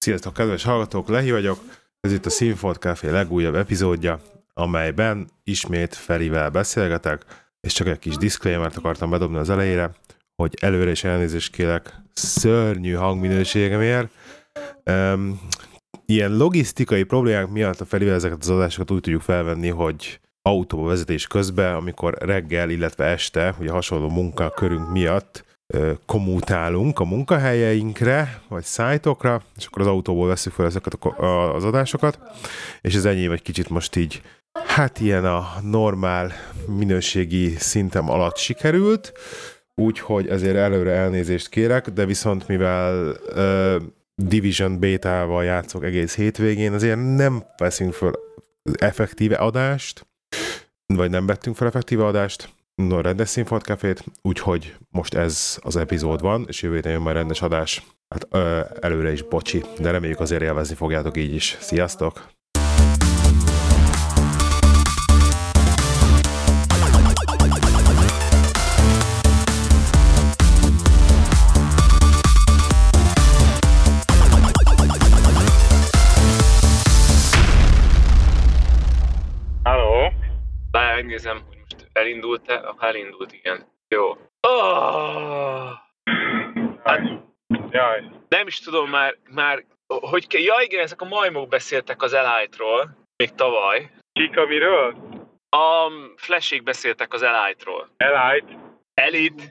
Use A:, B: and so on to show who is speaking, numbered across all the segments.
A: Sziasztok, kedves hallgatók, Lehi vagyok. Ez itt a Színfolt Café legújabb epizódja, amelyben ismét Ferivel beszélgetek, és csak egy kis disclaimert akartam bedobni az elejére, hogy előre is elnézést kérek szörnyű hangminőségemért. Ilyen logisztikai problémák miatt a Ferivel ezeket az adásokat úgy tudjuk felvenni, hogy autóba vezetés közben, amikor reggel, illetve este, ugye hasonló munkakörünk miatt kommutálunk a munkahelyeinkre, vagy szájtokra, és akkor az autóból veszük fel ezeket az adásokat, és ez ennyi, vagy kicsit most így, hát ilyen a normál minőségi szintem alatt sikerült, úgyhogy ezért előre elnézést kérek, de viszont mivel Division Beta-val játszok egész hétvégén, azért nem veszünk fel effektíve adást, vagy nem vettünk fel effektíve adást, rendes Színfolt Cafét, úgyhogy most ez az epizód van, és jövő héten jön majd rendes adás. Hát előre is bocsi, de reméljük azért élvezni fogjátok így is. Sziasztok!
B: Halló?
C: Megnézem, hogy most elindult-e? Elindult, igen. Jó. Hát,
B: Jaj.
C: nem is tudom már hogy kell. Ja igen, ezek a majmok beszéltek az Elite-ról, még tavaly.
B: Kik amiről?
C: A Flash-ék beszéltek az Elite-ról.
B: Elite.
C: Elite.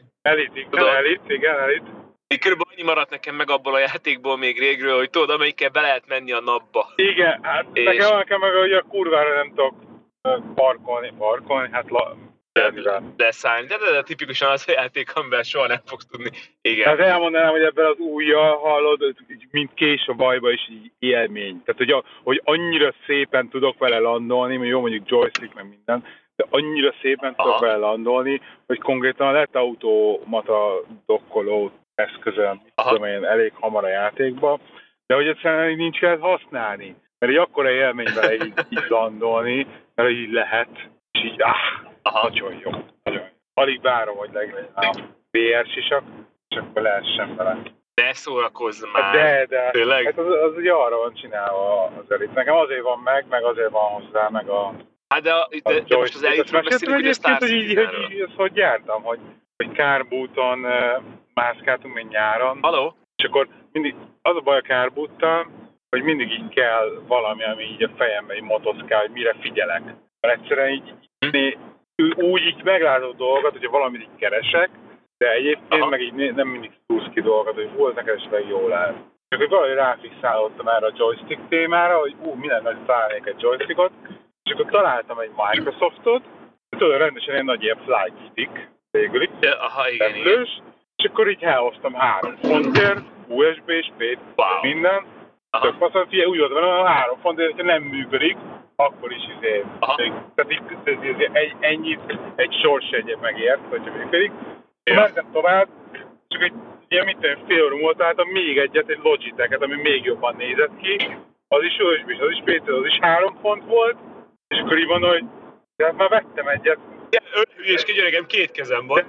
B: Igen, Elite.
C: Körülbelül annyi maradt nekem meg abból a játékból még régről, hogy tudod, amelyikkel be lehet menni a napba.
B: Igen, hát
C: És...
B: nekem meg, hogy a kurvára nem tudok parkolni, hát
C: leszállni. De tipikusan az a játék, amivel soha nem fogsz tudni. Igen.
B: Hát elmondanám, hogy ebben az ujjal hallod, mint kés a bajba is így élmény. Tehát, hogy annyira szépen tudok vele landolni, jó mondjuk joystick meg minden, de annyira szépen tudok vele landolni, hogy konkrétan lett automata dokkoló eszközön, tudom én, elég hamar a játékba, de hogy egyszerűen nincs kell használni. Mert egy akkora élmény vele így landolni, mert így lehet, és így nagyon jó. Alig várom, hogy legyen a VR-sisak, és akkor lehessen vele.
C: Ne szórakozz már!
B: De
C: tényleg?
B: Hát az ugye arra van csinálva az Elite. Nekem azért van meg azért van hozzá, meg a...
C: Hát de most az Elite-ről beszélünk, hogy a Star Citizenről.
B: Hogy ezt hogy jártam, hogy Car-booton mászkáltunk még nyáron.
C: Halló?
B: És akkor mindig az a baj a Car-boottal, hogy mindig így kell valami, ami így a fejembe így motoszkál, hogy mire figyelek. Mert egyszerűen így úgy így meglátod dolgokat, hogyha valamit így keresek, de egyébként meg így nem mindig tudsz ki dolgokat, hogy volt neked esetleg jól áll. Csak hogy valahogy ráfixálódtam erre a joystick témára, hogy mi lenne, hogy találnék egy joystickot, és akkor találtam egy Microsoftot, tudod, rendesen egy nagy ilyen flight stick, végül itt,
C: igen.
B: és akkor így elhoztam 3 fontért, USB-s, minden, tök faszom, figyelj, úgy volt van, 3 fontért, hogyha nem működik, akkor is tehát így ennyit egy sorsjegyet megért, hogyha működik. Mentem tovább, csak egy ilyen minden fél óra múlva találtam még egyet, egy Logitech-et, ami még jobban nézett ki. Az is USB-s, az is PC, az is 3 font volt, és akkor így mondom, hogy hát már vettem egyet.
C: És nekem 2 kezem van.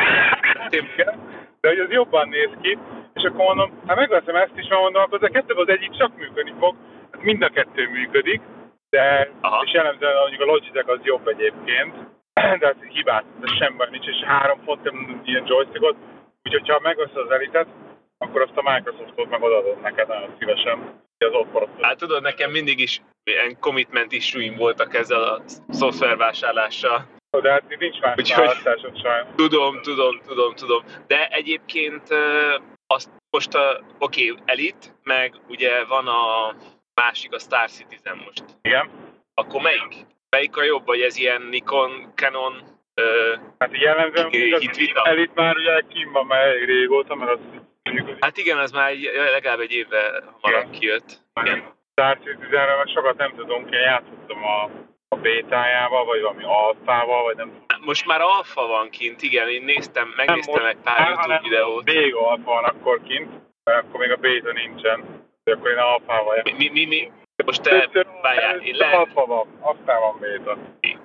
B: De hogy az jobban néz ki, és akkor mondom, hát megveszem ezt is, mert mondom, akkor az egyik csak működni fog, hát mind a kettő működik, de és jellemzően mondjuk a Logitech az jobb egyébként, de hát hibát, de semmi nincs, és 3 font ilyen joystickot, úgyhogy ha megveszed az Elite-et, akkor azt a Microsoftot meg odaadod neked nagyon szívesen. Az
C: hát tudod, nekem mindig is ilyen commitment issue-im voltak ezzel a szoftvervásárlással.
B: De hát itt nincs más választásod sajnos.
C: Tudom. De egyébként azt most oké, Elite, meg ugye van a másik, a Star Citizen most.
B: Igen.
C: Akkor melyik? Melyik a jobb, vagy ez ilyen Nikon, Canon?
B: Hát jellemzően Elite már ugye kim van már elég régóta, mert az működik.
C: Hát igen, az már legalább egy évvel hamarabb kijött. Igen.
B: Star Citizenről meg sokat nem tudunk, én játszottam a bétájával, vagy valami alfával, vagy nem tudom.
C: Most már alfa van kint, igen, én megnéztem egy pár YouTube videót.
B: Még alfa van akkor kint, mert akkor még a béta nincsen, de akkor én alfával játszottam.
C: Mi? Most te várjál, én lehet...
B: Alfa van, aztán van béta.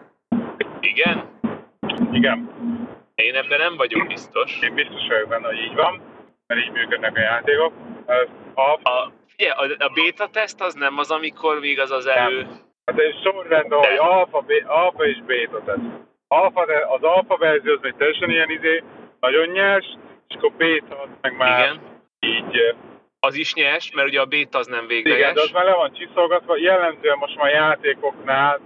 C: Igen?
B: Igen.
C: Én ebben nem vagyok biztos.
B: Én biztos vagyok benne, hogy így van, mert így működnek a játékok.
C: Ugye, a beta teszt az nem az, amikor még az elő...
B: Hát egy sorrendben, hogy alfa és beta teszt. Az alfa verzió az még teljesen ilyen nagyon nyers, és akkor beta az meg már
C: igen.
B: így...
C: Az is nyers, mert ugye a beta az nem végleges.
B: Igen, de az már le van csiszolgatva. Jellemzően most már játékoknál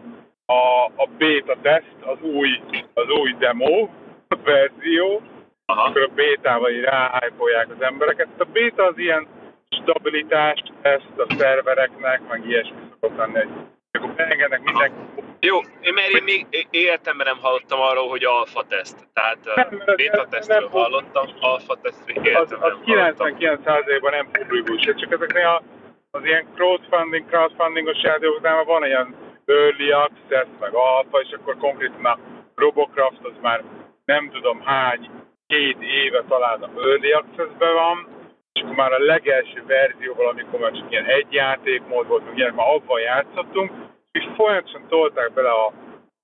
B: a beta teszt az új demo verzió, akkor a bétával így ráhájpolják az embereket. A beta az ilyen stabilitást teszt a szervereknek, meg ilyesmi szokott lenni, hogy akkor beengednek mindenki.
C: Jó, mert én még életemben nem hallottam arról, hogy alfa teszt. Tehát beta tesztről hallottam, alfa tesztről életemben
B: nem hallottam. 99%-ban nem publikus, csak ezeknél az ilyen crowdfundingos játékoknál van ilyen early access, meg alfa, és akkor konkrétan a Robocraft az már nem tudom hány, 2 éve talán a early access-ben van, és akkor már a legelső verzióval, amikor már csak ilyen egy játékmód volt, ugye már abban játszottunk, és folyamatosan tolták bele a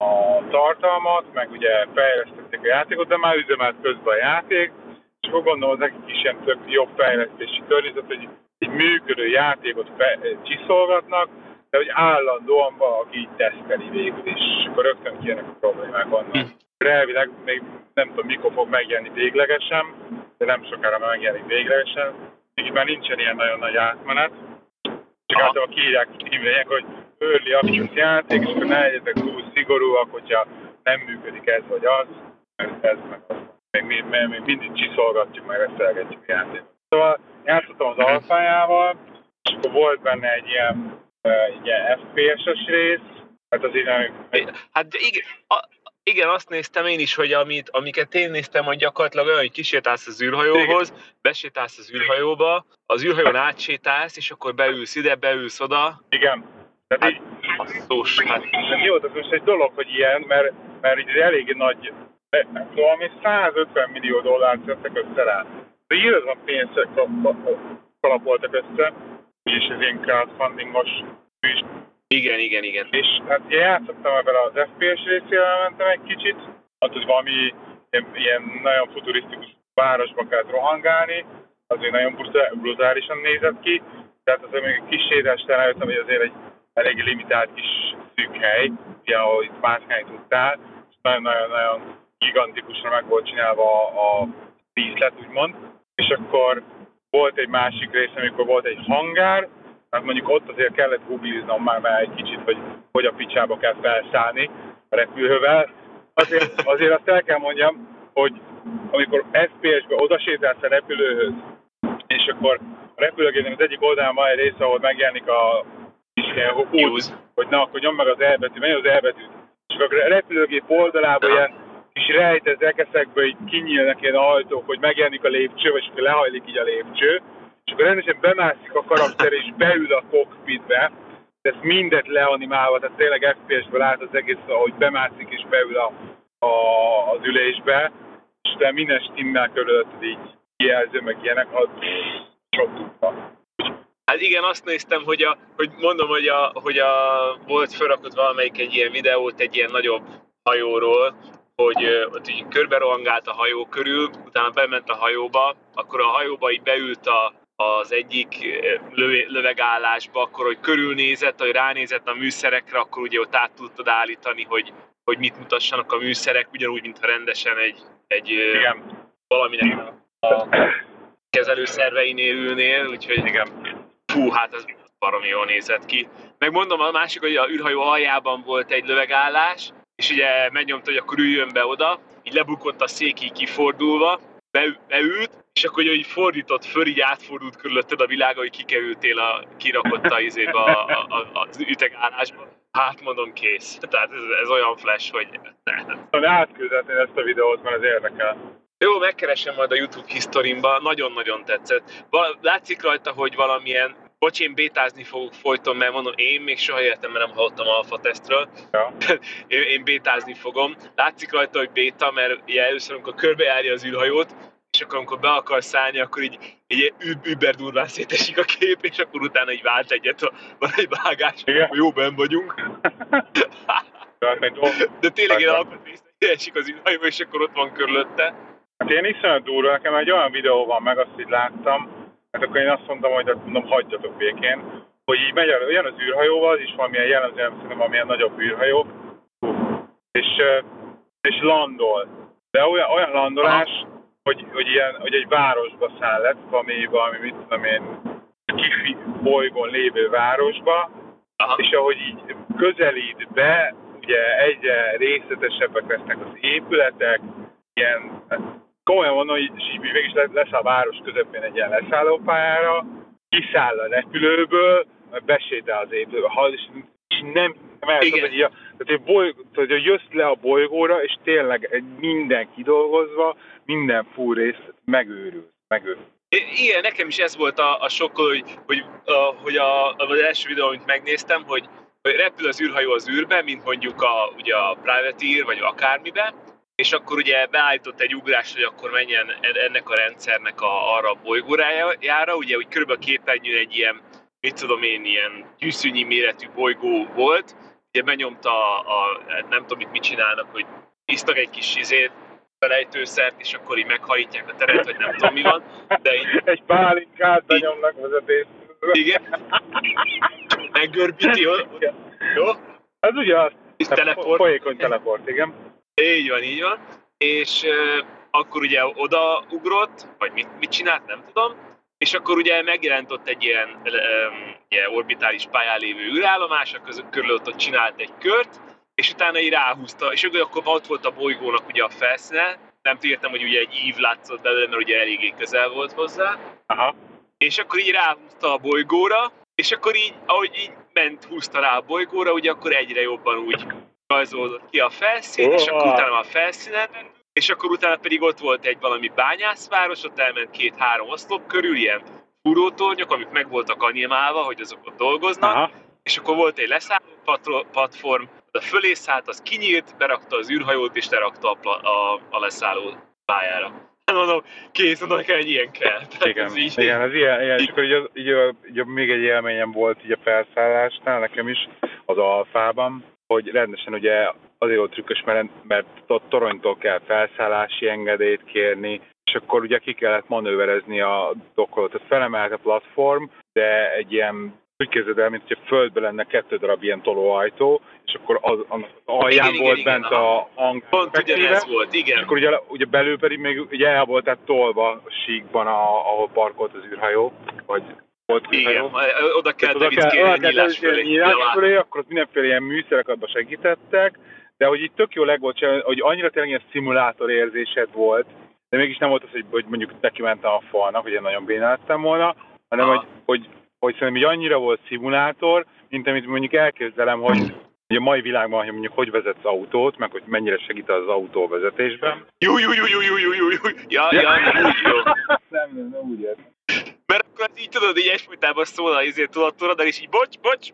B: tartalmat, meg ugye fejlesztették a játékot, de már üzemelt közben a játék, és akkor gondolom, az nekik is ilyen több jobb fejlesztési környezet, hogy egy működő játékot csiszolgatnak, de hogy állandóan valaki így teszteli végül, és akkor rögtön ki ennek a problémák vannak. Elvileg még nem tudom, mikor fog megjelenni véglegesen, de nem sokára már megjelenik véglegesen. Így már nincsen ilyen nagyon nagy átmenet. Csak általában kiírják címlények, hogy early access játék, és akkor ne legyetek túl szigorúak, hogyha nem működik ez vagy az, mert ez meg az. Még mindig csiszolgatjuk, meg reszelgetjük a játékot. Szóval játszottam az alfájával, és akkor volt benne egy ilyen FPS-es rész, hát az így nem...
C: Hát igen, azt néztem én is, hogy amiket én néztem, hogy gyakorlatilag olyan, hogy kisétálsz az űrhajóhoz, besétálsz az űrhajóba, az űrhajón átsétálsz, és akkor beülsz ide, beülsz oda.
B: Igen.
C: Hát, basszus, hát...
B: Jó, ez most egy dolog, hogy ilyen, mert így eléggé nagy, valami 150 millió dollárt szedtek össze rá. De írozban pénzek kalapoltak össze, és ez ilyen crowdfundingos is.
C: Igen.
B: És hát én játszottam ebben az FPS részével, mentem egy kicsit, hát hogy valami ilyen nagyon futurisztikus városba kellett rohangálni, azért nagyon brutálisan nézett ki, tehát azért még egy kis sétást eljöttem, hogy azért egy elég limitált kis szűk hely, ugye, ahol itt mászkálni tudtál, és nagyon-nagyon gigantikusra meg volt csinálva a díszlet, úgymond, és akkor volt egy másik rész, amikor volt egy hangár, hát mondjuk ott azért kellett googliznom már egy kicsit, hogy a picsába kell felszállni a repülővel. Azért azt el kell mondjam, hogy amikor FPS-be odasétálsz a repülőhöz, és akkor a repülőgépnek az egyik oldalán van egy rész, ahol megjelenik a út, hogy na, akkor nyom meg az elbetű, menj az elbetűt. És akkor a repülőgép oldalában ilyen kis rejtett rekeszekből így kinyílnak ilyen ajtók, hogy megjelenik a lépcső, vagy akkor lehajlik így a lépcső, és akkor rendesen bemászik a karakter és beül a cockpitbe, de ezt mindet leanimálva, tehát tényleg FPS-ből lát az egész, ahogy bemászik és beül az ülésbe, és te minden stimmel körülötted így kijelző, meg ilyenek, az sok tudta.
C: Hát igen, azt néztem, hogy volt felrakott valamelyik egy ilyen videót egy ilyen nagyobb hajóról, hogy ott így körbe rohangált a hajó körül, utána bement a hajóba, akkor a hajóba így beült az egyik lövegállásba, akkor hogy körülnézett, hogy ránézett a műszerekre, akkor ugye ott át tudtad állítani, hogy mit mutassanak a műszerek, ugyanúgy, mintha rendesen egy valaminek a kezelőszerveinél ülnél, úgyhogy
B: igen.
C: Fú, hát ez baromi jól nézett ki. Megmondom, a másik, hogy a űrhajó aljában volt egy lövegállás, és ugye megnyomta, hogy akkor üljön be oda, így lebukott a szék így kifordulva, beült, és akkor ugye így fordított föl, így átfordult körülötted a világ, hogy kikerültél kirakott az ütegállásba. Hát mondom, kész. Tehát ez olyan flash, hogy...
B: Átküldetnél ezt a videót, mert ez érdekel.
C: Jó, megkeresem majd a YouTube historimba, nagyon-nagyon tetszett. Látszik rajta, hogy valamilyen, bocs, én bétázni fogok folyton, mert mondom, én még soha életemben nem hallottam alfa tesztről.
B: Ja.
C: Én bétázni fogom. Látszik rajta, hogy béta, mert ugye először, amikor körbejárja az űrhajót, és akkor amikor be akar szállni, akkor így über durván szétesik a kép, és akkor utána így vált egyet, van egy vágás, hogy jó, benn vagyunk. De tényleg én alkotrészre esik az űrhajó, és akkor ott van körülötte.
B: Hát én iszonyat durva, nekem egy olyan videó van meg, azt így láttam, Hát akkor én azt mondtam, hogy mondom, hagyjatok békén. Hogy így megy, jön az űrhajóval, az is valamilyen jellemzően, szerintem valamilyen nagyobb űrhajó, és landol. De olyan landolás, hogy egy városba száll le, valami mit tudom én, kifi bolygón lévő városba, és ahogy így közelít be, ugye egyre részletesebbek lesznek az épületek, ilyen, komolyan mondom, és így mégis leszáll a város közepén egy ilyen leszállópályára, kiszáll a repülőből, besétál az épületbe, és nem hogy jössz le a bolygóra, és tényleg minden kidolgozva, minden full részlet, megőrül.
C: Igen, nekem is ez volt a sokkoló, hogy az első videó, amit megnéztem, hogy repül az űrhajó az űrbe, mint mondjuk ugye a Privateer, vagy akármibe, és akkor ugye beállított egy ugrás, hogy akkor menjen ennek a rendszernek arra a bolygójára, ugye, hogy körülbelül a képernyőn egy ilyen, mit tudom én, ilyen gyűszűnyi méretű bolygó volt, ugye benyomta nem tudom mit csinálnak, hogy isztak egy kis felejtőszert, és akkor így meghajítják a teret, vagy nem tudom mi van, de így...
B: Egy pálinkát benyomnak vezetést.
C: Igen. Meggörbíti, jó?
B: Ez ugye az.
C: Teleport.
B: Folyékony teleport, igen.
C: Így van. És akkor ugye odaugrott, vagy mit csinált, nem tudom, és akkor ugye megjelent ott egy ilyen orbitális pályán lévő űrállomás, körül ott csinált egy kört, és utána így ráhúzta, és akkor ott volt a bolygónak ugye a felszíne, nem értem, hogy ugye egy ív látszott belőle, mert ugye eléggé közel volt hozzá.
B: Aha.
C: És akkor így ráhúzta a bolygóra, és akkor így, ahogy így húzta rá a bolygóra, ugye akkor egyre jobban úgy rajzolódott ki a felszín, és akkor utána a felszínen, és akkor utána pedig ott volt egy valami bányászváros, ott elment 2-3 oszlop körül, ilyen fúrótornyok, amik meg voltak animálva, hogy azok ott dolgoznak, aha. És akkor volt egy leszálló platform, a fölé szállt, az kinyílt, berakta az űrhajót, és lerakta a leszálló pályára. Mondom, kész, mondom, nekem egy ilyen kell.
B: Igen, ez ilyen, és akkor így még egy élményem volt így a felszállásnál, nekem is, az alfában, hogy rendesen ugye azért volt trükkös, mert ott toronytól kell felszállási engedélyt kérni, és akkor ugye ki kellett manőverezni a dokkolót. Tehát felemelt a platform, de egy ilyen úgy képzeld el, mint hogyha földbe lenne 2 darab ilyen tolóajtó, és akkor az alján
C: igen,
B: volt
C: igen,
B: bent a hang.
C: Pont ugyanez volt, igen.
B: És akkor ugye belül pedig még ugye el volt tolva a síkban, ahol parkolt az űrhajó, vagy volt űrhajó.
C: Igen, oda kellett bevickélni a nyílás fölé.
B: Akkor ott mindenféle ilyen műszerek abban segítettek, de hogy itt tök jó volt csinálni, hogy annyira tényleg ilyen szimulátor érzésed volt, de mégis nem volt az, hogy mondjuk neki mentem a falnak, hogy én nagyon bénán lettem volna, hanem hogy szerintem így annyira volt szimulátor, mint amit mondjuk elképzelem, hogy a mai világban, hogy mondjuk hogy vezetsz autót, meg hogy mennyire segít az autóvezetésben.
C: Jó. Ja,
B: nem úgy értem.
C: Mert akkor így tudod, így egyfolytában szól a tudattól, és így bocs.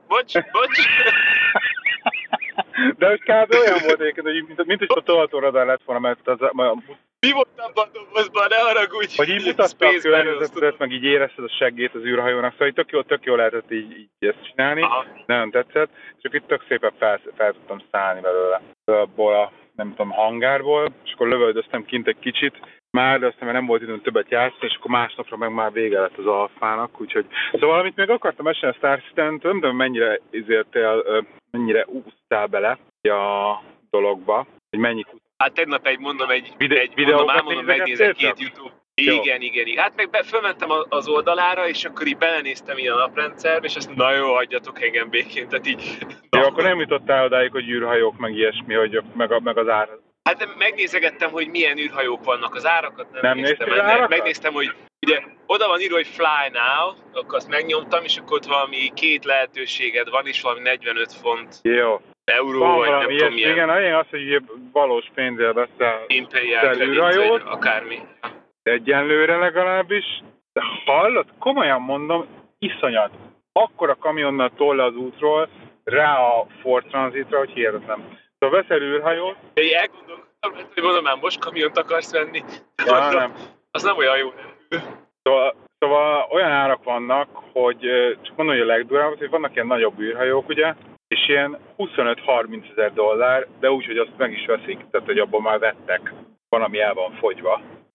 B: De hogy kb. Olyan volt egyébként, hogy mint hogy a tolatóradar lett volna, mert az...
C: Mi volt abban a dobozban, ne haragudj!
B: Hogy így mutatta a környezetet, meg így érezted a seggét az űrhajónak, szóval tök jól lehetett így ezt csinálni, nagyon tetszett, csak itt tök szépen fel tudtam szállni belőle, abból a, nem tudom, hangárból, és akkor lövöldöztem kint egy kicsit, de aztán nem volt időm többet játszani, és akkor másnapra meg már vége lett az alfának, úgyhogy... Szóval amit még akartam mesélni a Star Citizen-től, nem tudom, mennyire úsztál bele a dologba, hogy mennyit.
C: Hát tegnap megnézek 2 YouTube. Igen. Hát meg fölmentem az oldalára, és akkor így belenéztem ilyen a naprendszerbe, és azt na jó, hagyjatok engem békén, tehát így...
B: Jó, akkor nem jutottál odáig, hogy űrhajók, meg ilyesmi, hogy meg az ár.
C: Hát megnézegettem, hogy milyen űrhajók vannak, az árakat
B: nem
C: néztem meg. Megnéztem, hogy ugye oda van írva, hogy Fly Now, akkor azt megnyomtam, és akkor ott valami 2 lehetőséged van, és valami 45 font.
B: Jó.
C: Euró, vagy nem tudom milyen.
B: Igen, én azt, hogy valós pénzzel veszel
C: űrhajót, akármi.
B: Egyenlőre legalábbis. De hallod, komolyan mondom, iszonyat. Akkora kamionnal tol le az útról, rá a Ford Transitra, hogy hihetetlen. Szóval veszel űrhajót.
C: Én elgondolkodtam, hogy mondom, már most kamiont akarsz venni.
B: Ja, nem.
C: Az nem olyan jó.
B: Szóval olyan árak vannak, hogy csak mondom, hogy a legdurább, hogy vannak ilyen nagyobb űrhajók, ugye, és ilyen 25-30 ezer dollár, de úgy, hogy azt meg is veszik, tehát hogy abban már vettek, van, ami el van fogyva.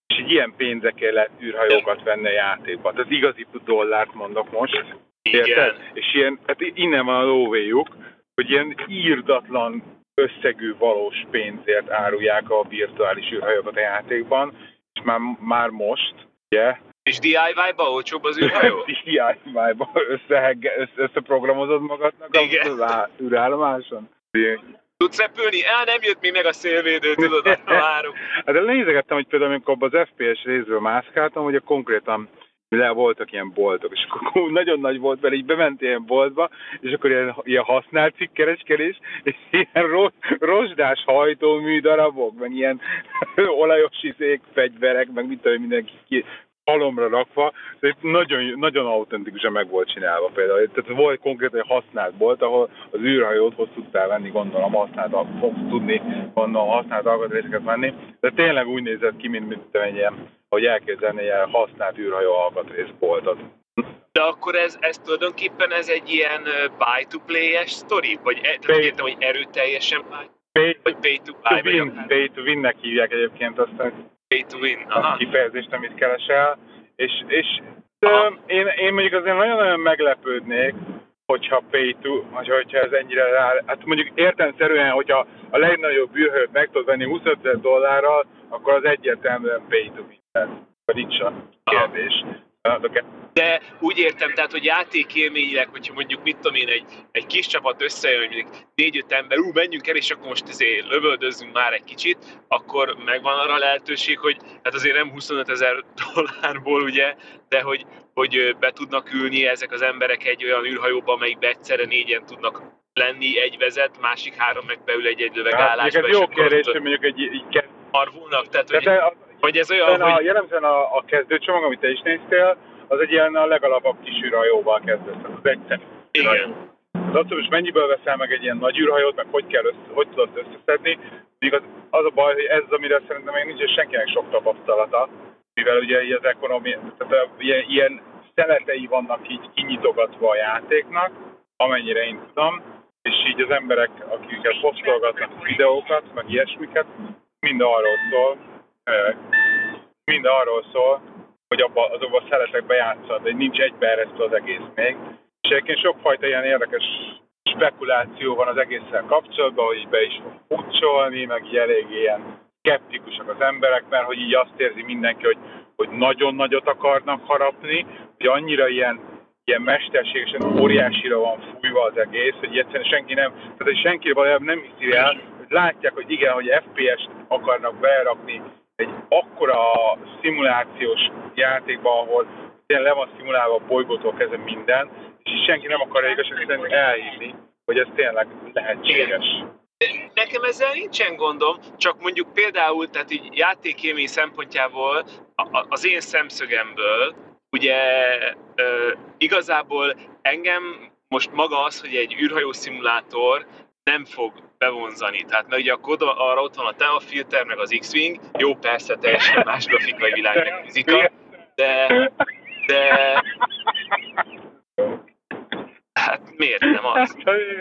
B: és így ilyen pénzekért lehet űrhajókat venni a játékban. Tehát igazi dollárt mondok most.
C: Igen.
B: És ilyen, hát innen van a lóvéjuk, hogy ilyen írdatlan összegű valós pénzért árulják a virtuális űrhajókat a játékban, és már most, ugye?
C: És DIY-ba olcsóbb az űrhajó?
B: DIY-ba összeprogramozod magadnak az űrállomáson?
C: Tudsz repülni? Nem jött még meg a szélvédő, tudod, várok.
B: Hát nézegettem, hogy például amikor az FPS részből mászkáltam, hogy konkrétan voltak ilyen boltok, és akkor nagyon nagy volt, mert így bement ilyen boltba, és akkor ilyen használt cikkkereskedés, és ilyen rozsdás hajtómű darabok, meg ilyen olajos fegyverek, meg mit tudom, mindenki halomra rakva, de nagyon, nagyon autentikusan meg volt csinálva például. Tehát volt konkrétan egy használt bolt, ahol az űrhajót hoz tudtál venni, gondolom, használt alkatrészeket venni, de tényleg úgy nézett ki, mint egy ilyen, ahogy elképzelni, ilyen használt űrhajó alkatrészboltot.
C: De akkor ez tulajdonképpen ez egy ilyen buy-to-play-es sztori? Vagy értem, hogy erőteljesen vagy pay-to-buy?
B: Pay-to-win-nek hívják egyébként azt a
C: pay-to-win,
B: kifejezést, amit keresel. És én mondjuk azért nagyon-nagyon meglepődnék, hogyha hogyha ez ennyire rá... Hát mondjuk értelemszerűen, hogyha a legnagyobb űrhajót meg tudod venni $25,000, akkor az egyértelműen pay-to-win lesz. Nincs a kérdés.
C: De úgy értem, tehát, hogy játékélményileg, hogyha mondjuk, mit tudom én, egy kis csapat összejön, hogy 4-5 ember, menjünk el, és akkor most lövöldözzünk már egy kicsit, akkor megvan arra lehetőség, hogy hát azért nem $25,000 ugye, de hogy be tudnak ülni ezek az emberek egy olyan űrhajóba, amelyikbe egyszerre 4-en tudnak lenni, egy vezet, másik 3 meg beül egy lövegállásba.
B: Ez jó kérdés, hogy mondjuk egy
C: arvulnak, tehát hogy ez olyan, hogy...
B: Jellemzően a kezdőcsomag, amit te is néztél, az egy ilyen a legalapabb kis űrhajóval kezdesz, tehát az egyszerű.
C: Igen.
B: Az azt, hogy most mennyivel veszel meg egy ilyen nagy űrhajót, meg hogy tudod összeszedni, az a baj, hogy ez, amire szerintem még nincs senkinek sok tapasztalata, mivel ugye az ekonomia, tehát ilyen szeletei vannak így kinyitogatva a játéknak, amennyire én tudom, és így az emberek, akiket posztolgatnak videókat, meg ilyesmiket, mind arról szól, hogy azokban a szeletekben játszod, de nincs egybeeresztve az egész még. És egyébként sokfajta ilyen érdekes spekuláció van az egésszel kapcsolatban, hogy így be is fog futcsolni, meg így elég ilyen szkeptikusak az emberek, mert hogy így azt érzi mindenki, hogy nagyon nagyot akarnak harapni, hogy annyira ilyen mesterségesen óriásira van fújva az egész, hogy egyszerűen senki valójában nem hiszi el, hogy látják, hogy igen, hogy FPS-t akarnak berakni egy akkora szimulációs játékban, ahol tényleg le van szimulálva a bolygótól kezdve minden, és senki nem akarja igazán elhinni, hogy ez tényleg lehetséges.
C: Nekem ezzel nincsen gondom, csak mondjuk például, tehát így játékélmény szempontjából, az én szemszögemből, ugye igazából engem most maga az, hogy egy űrhajó szimulátor nem fog bevonzani. Tehát mert ugye akkor arra ott van a Teafilter, meg az X-Wing, jó persze, teljesen más grafikai világ, meg fizika, de hát miért nem az?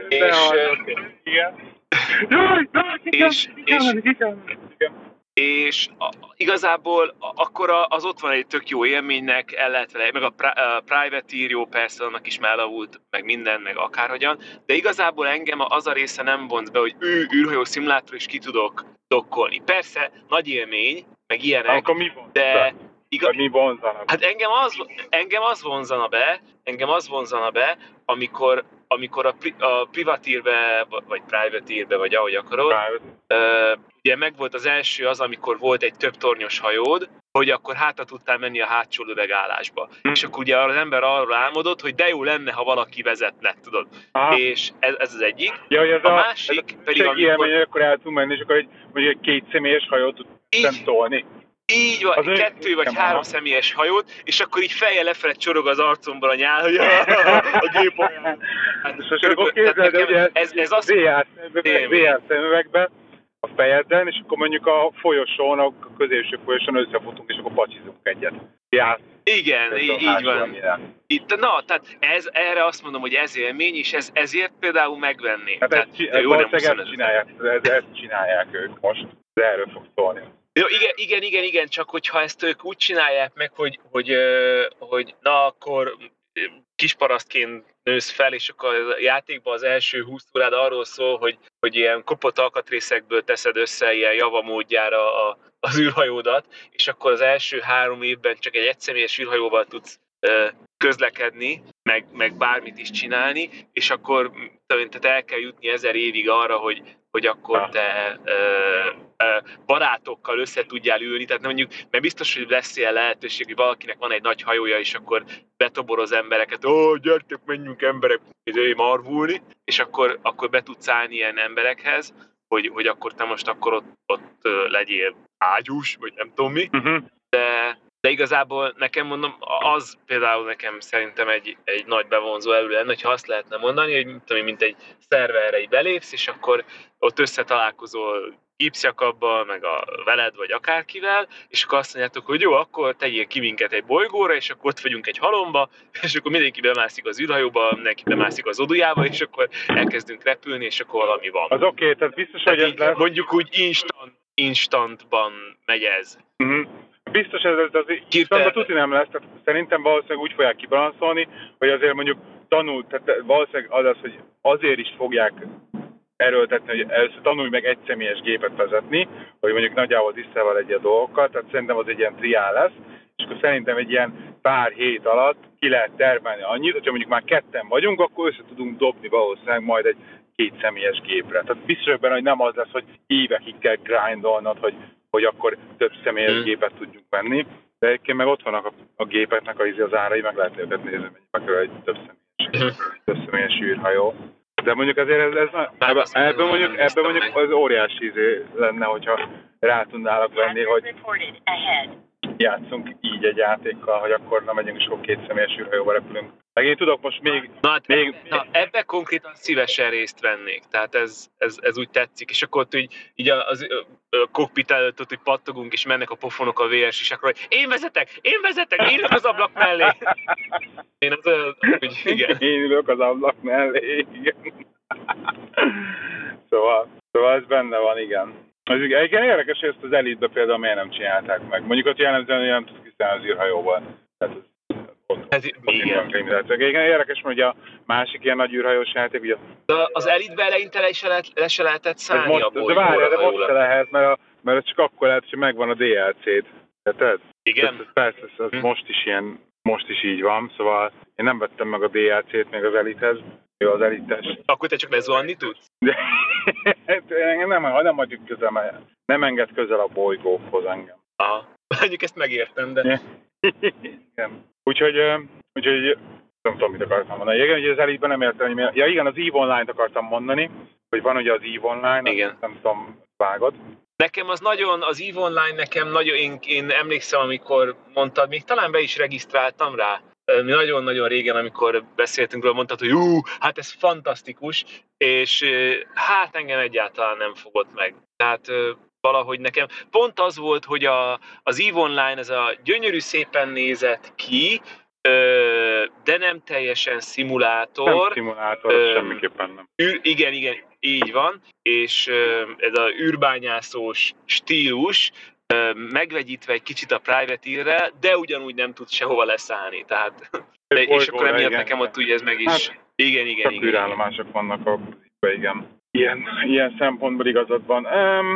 C: És igazából akkor az ott van egy tök jó élménynek, el lehet vele, meg a Privateer jó persze, annak is melavult, meg minden, meg akárhogyan, de igazából engem az a része nem vonz be, hogy űrhajó szimulátor is ki tudok dokkolni. Persze, nagy élmény, meg ilyenek,
B: akkor mi
C: de...
B: mi vonzana?
C: Hát engem az vonzana be, amikor a Privateerbe, vagy Privateerbe, vagy ahogy akarod, ugye megvolt az első az, amikor volt egy több tornyos hajód, hogy akkor hátra tudtál menni a hátsó lövegállásba. És akkor ugye az ember arról álmodott, hogy de jó lenne, ha valaki vezetne, tudod. És ez az egyik.
B: Ja,
C: a másik pedig
B: amikor... akkor el tud menni, és akkor mondjuk egy 2 személyes hajót tudsz tolni.
C: Így van, 2 vagy 3 személyes hajót, és akkor így fejjel lefele csorog az arcomban a nyál, hogy a gép olyan.
B: És akkor képzeld, ugye ez az VR szemüvegben a fejedben, és akkor mondjuk a folyosón, a középső folyosón összefutunk, és akkor pacsizunk egyet.
C: Igen, így van. Na, tehát erre azt mondom, hogy ez élmény, és ezért például megvenni.
B: Hát ezt csinálják ők most, de erről fog szólni.
C: Jó, igen, csak hogyha ezt ők úgy csinálják meg, hogy na akkor kisparasztként nősz fel, és akkor a játékban az első 20 órád arról szól, hogy ilyen kopott alkatrészekből teszed össze ilyen javamódjára az űrhajódat, és akkor az első 3 évben csak egy egyszemélyes űrhajóval tudsz közlekedni, meg bármit is csinálni, és akkor tehát el kell jutni 1000 évig arra, hogy akkor te barátokkal össze tudjál ülni, tehát mondjuk, mert biztos, hogy lesz ilyen lehetőség, hogy valakinek van egy nagy hajója, és akkor betoboroz embereket, gyertek, menjünk emberek, marvulni, és akkor be tudsz állni ilyen emberekhez, hogy akkor te most akkor ott legyél ágyús, vagy nem tudom mi, de igazából nekem mondom, az például nekem szerintem egy nagy bevonzó elő lenne, hogyha azt lehetne mondani, hogy mint egy szerverre így belépsz, és akkor ott összetalálkozol Gipsjakabban, meg a veled, vagy akárkivel, és akkor azt mondjátok, hogy jó, akkor tegyél ki minket egy bolygóra, és akkor ott vagyunk egy halomba, és akkor mindenki bemászik az űrhajóba, mindenki bemászik az odujába, és akkor elkezdünk repülni, és akkor valami van.
B: Az oké, tehát biztos, hogy ez lesz.
C: Mondjuk úgy instantban megy ez.
B: Biztos ez az instantban tuti nem lesz, tehát szerintem valószínűleg úgy fogják kibalanszolni, hogy azért mondjuk tehát valószínűleg az, hogy azért is fogják erőltetni, hogy először tanulj meg egy személyes gépet vezetni, hogy mondjuk nagyjából tisztával egy a dolgokat, tehát szerintem az egy ilyen triál lesz, és akkor szerintem egy ilyen pár hét alatt ki lehet termelni annyit, hogyha mondjuk már ketten vagyunk, akkor össze tudunk dobni valószínűleg majd egy 2 személyes gépre. Tehát biztos benne, hogy nem az lesz, hogy évekig kell grindolnod, hogy akkor több személyes gépet tudjunk venni, de egyébként meg ott vannak a gépeknek az árai, meg lehet őket nézni, mennyibe kerül egy több személyes űrhajó. De mondjuk azért ebben mondjuk az óriási lenne, hogyha rá tudnálak venni, hogy játszunk így egy játékkal, hogy akkor nem megyünk, és akkor 2 személyes űrhajóval repülünk. Meg én tudok most még...
C: Ebbe konkrétan szívesen részt vennék, tehát ez úgy tetszik, és akkor ott így a kokpit előtt ott, hogy pattogunk, és mennek a pofonok a VS is, akkor én vezetek, én ülök az ablak mellé.
B: Én ülök az ablak mellé, igen. Szóval ez benne van, igen. Az igen érdekes, hogy ezt az Elite-be például miért nem csinálták meg. Mondjuk ott jellemzően nem tudsz kiszállni az űrhajóval. Igen, érdekes, hogy a másik ilyen nagy űrhajós játék, ugye...
C: De az Elite-be eleinte le se lehetett szállni a bolygóra.
B: De most se lehet, mert csak akkor lehet, hogy megvan a DLC-d. Érted?
C: Igen.
B: Persze, ez most is így van, szóval én nem vettem meg a DLC-t még az Elite-hez. Jó, az Elite-es.
C: Akkor te csak lezuhanni tudsz?
B: Nem adjuk közel, mert nem enged közel a bolygókhoz engem.
C: Aha. Mondjuk ezt megértem, de...
B: Igen. Úgyhogy nem tudom, mit akartam mondani. Igen, hogy az Elite-ben nem értem, hogy ja igen, az EVE Online-t akartam mondani, hogy van ugye az EVE Online,
C: igen.
B: Nem tudom, vágod.
C: Nekem az EVE Online nekem nagyon, én emlékszem, amikor mondtad, még talán be is regisztráltam rá, nagyon-nagyon régen, amikor beszéltünk róla, mondtad, hogy hát ez fantasztikus, és hát engem egyáltalán nem fogott meg. Tehát valahogy nekem pont az volt, hogy az EVE Online ez a gyönyörű szépen nézett ki, de nem teljesen szimulátor.
B: Nem szimulátor, semmiképpen nem.
C: Igen, így van, és ez a űrbányászós stílus megvegyítve egy kicsit a Privateer-re, de ugyanúgy nem tud sehova leszállni, tehát és akkor emiatt nekem ott ugye ez meg is... Hát, igen.
B: űrállomások vannak igen. Ilyen szempontból igazad van.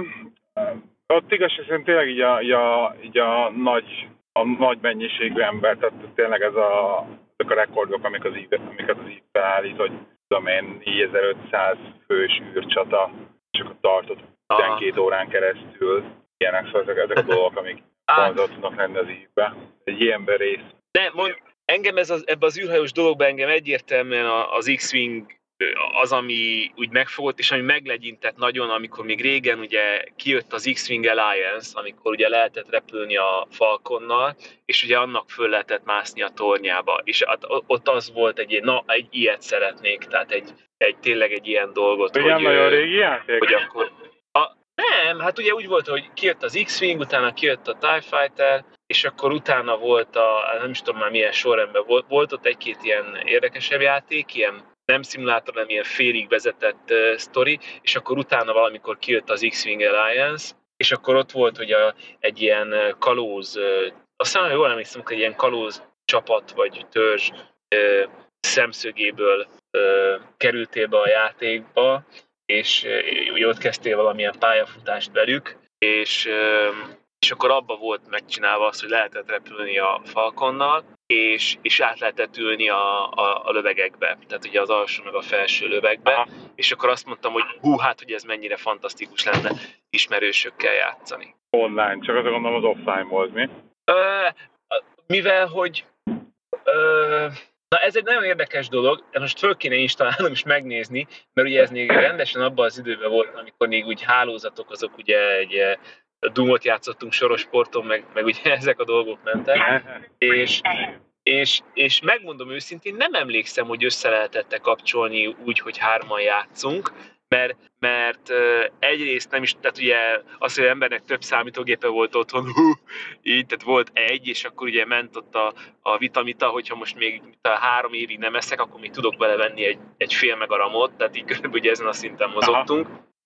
B: Ott igaz, hogy tényleg így a nagy mennyiségű ember, tehát tényleg ezek a rekordok, amiket az így beállít, hogy tudom én, 4500 fős űrcsata, és akkor tartott 12 órán keresztül. Ilyenek, szóval ezek a dolgok, amik vonzat tudnak lenni az ívbe. Egy ilyenben rész.
C: De engem ebbe az űrhajós dologban engem egyértelműen az X-Wing az, ami úgy megfogott, és ami meglegyintett nagyon, amikor még régen ugye kijött az X-Wing Alliance, amikor ugye lehetett repülni a Falconnal, és ugye annak föl lehetett mászni a tornyába. És ott az volt egy ilyet szeretnék, tehát tényleg egy ilyen dolgot.
B: Hogy nagyon régi játék?
C: Hogy akkor... Nem, hát ugye úgy volt, hogy kijött az X-Wing, utána kijött a TIE Fighter, és akkor utána volt nem is tudom már milyen sorrendben volt ott egy-két ilyen érdekesebb játék, ilyen nem szimulátor, nem ilyen félig vezetett sztori, és akkor utána valamikor kijött az X-Wing Alliance, és akkor ott volt ugye egy ilyen kalóz, aztán jól emlékszem, hogy egy ilyen kalóz csapat vagy törzs szemszögéből kerültél be a játékba, és ott kezdtél valamilyen pályafutást velük, és akkor abba volt megcsinálva az, hogy lehetett repülni a Falconnal, és át lehetett ülni a lövegekbe, tehát ugye az alsó meg a felső lövegbe, és akkor azt mondtam, hogy hogy ez mennyire fantasztikus lenne ismerősökkel játszani.
B: Online, csak azt gondolom az offline volt, mi?
C: Mivel, hogy na ez egy nagyon érdekes dolog, most föl kéne installálnom és megnézni, mert ugye ez még rendesen abban az időben volt, amikor még úgy hálózatok azok ugye egy Doomot játszottunk Sorosporton, meg ugye ezek a dolgok mentek, és megmondom őszintén, nem emlékszem, hogy össze lehetett kapcsolni úgy, hogy hárman játszunk, mert egyrészt nem is, tehát ugye az, hogy az embernek több számítógépe volt otthon, így, tehát volt egy, és akkor ugye ment ott a vitamita, hogyha most még 3 évig nem eszek, akkor még tudok vele venni egy fél meg a ramot, tehát így körülbelül ugye ezen a szinten mozogtunk,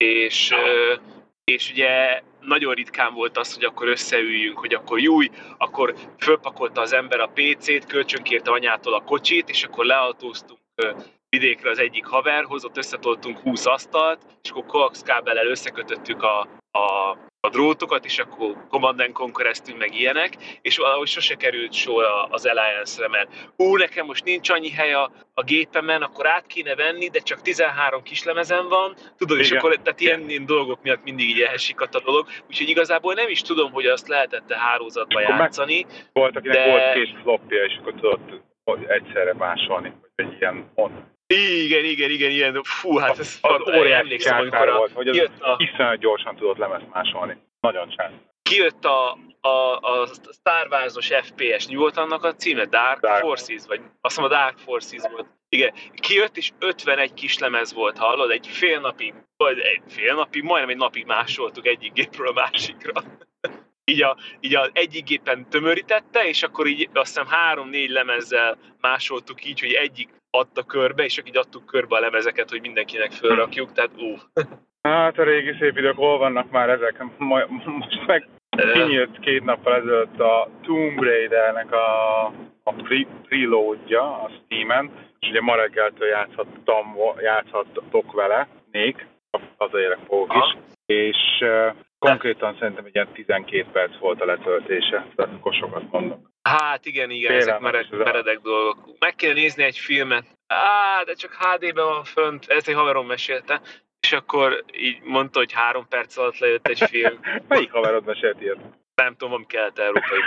C: és ugye nagyon ritkán volt az, hogy akkor összeüljünk, hogy akkor akkor fölpakolta az ember a PC-t, kölcsönkérte anyától a kocsit, és akkor leautóztunk vidékre az egyik haverhoz, ott összetoltunk 20 asztalt, és akkor coax kábellel összekötöttük a drótokat, és akkor Command & Conquer-eztünk meg ilyenek, és valahogy sose került sor az Alliance-re, mert nekem most nincs annyi hely a gépemen, akkor át kéne venni, de csak 13 kislemezen van, tudod, és akkor tehát ilyen dolgok miatt mindig így elesik a dolog, úgyhogy igazából nem is tudom, hogy azt lehetett-e hálózatba játszani.
B: Volt, akinek volt 2 flopja, és akkor tudott egyszerre másolni, hogy egy ilyen
C: Igen, ilyen. Hát ez
B: az óriási csákár volt, hogy az
C: kijött
B: iszonyat gyorsan tudott lemezt másolni. Nagyon csán.
C: Kijött a Star Wars-os FPS, mi volt annak a címe? Dark Forces, vagy azt mondom, a Dark Forces volt. Igen, kijött, és 51 kislemez volt, hallod? Egy fél napig, majdnem egy napig másoltuk egyik gépről a másikra. így az egyik gépen tömörítette, és akkor így azt hiszem 3-4 lemezzel másoltuk így, hogy egyik adta körbe, és akkor így adtuk körbe a lemezeket, hogy mindenkinek fölrakjuk, tehát
B: Hát a régi szép idők, hol vannak már ezek? Most meg kinyílt 2 nappal ezelőtt a Tomb Raider-nek a preloadja a Steam-en, és ugye ma reggeltől játszhattok vele, hazaérek fogok is, és konkrétan szerintem egy ilyen 12 perc volt a letöltése, tehát akkor sokat mondok.
C: Hát igen, ezek meredek dolgok. Meg kéne nézni egy filmet. De csak HD-ben van fönt, ezt egy haverom mesélte, és akkor így mondta, hogy 3 perc alatt lejött egy film.
B: Melyik haverod mesélt ilyet?
C: Nem tudom, van kelet-európai.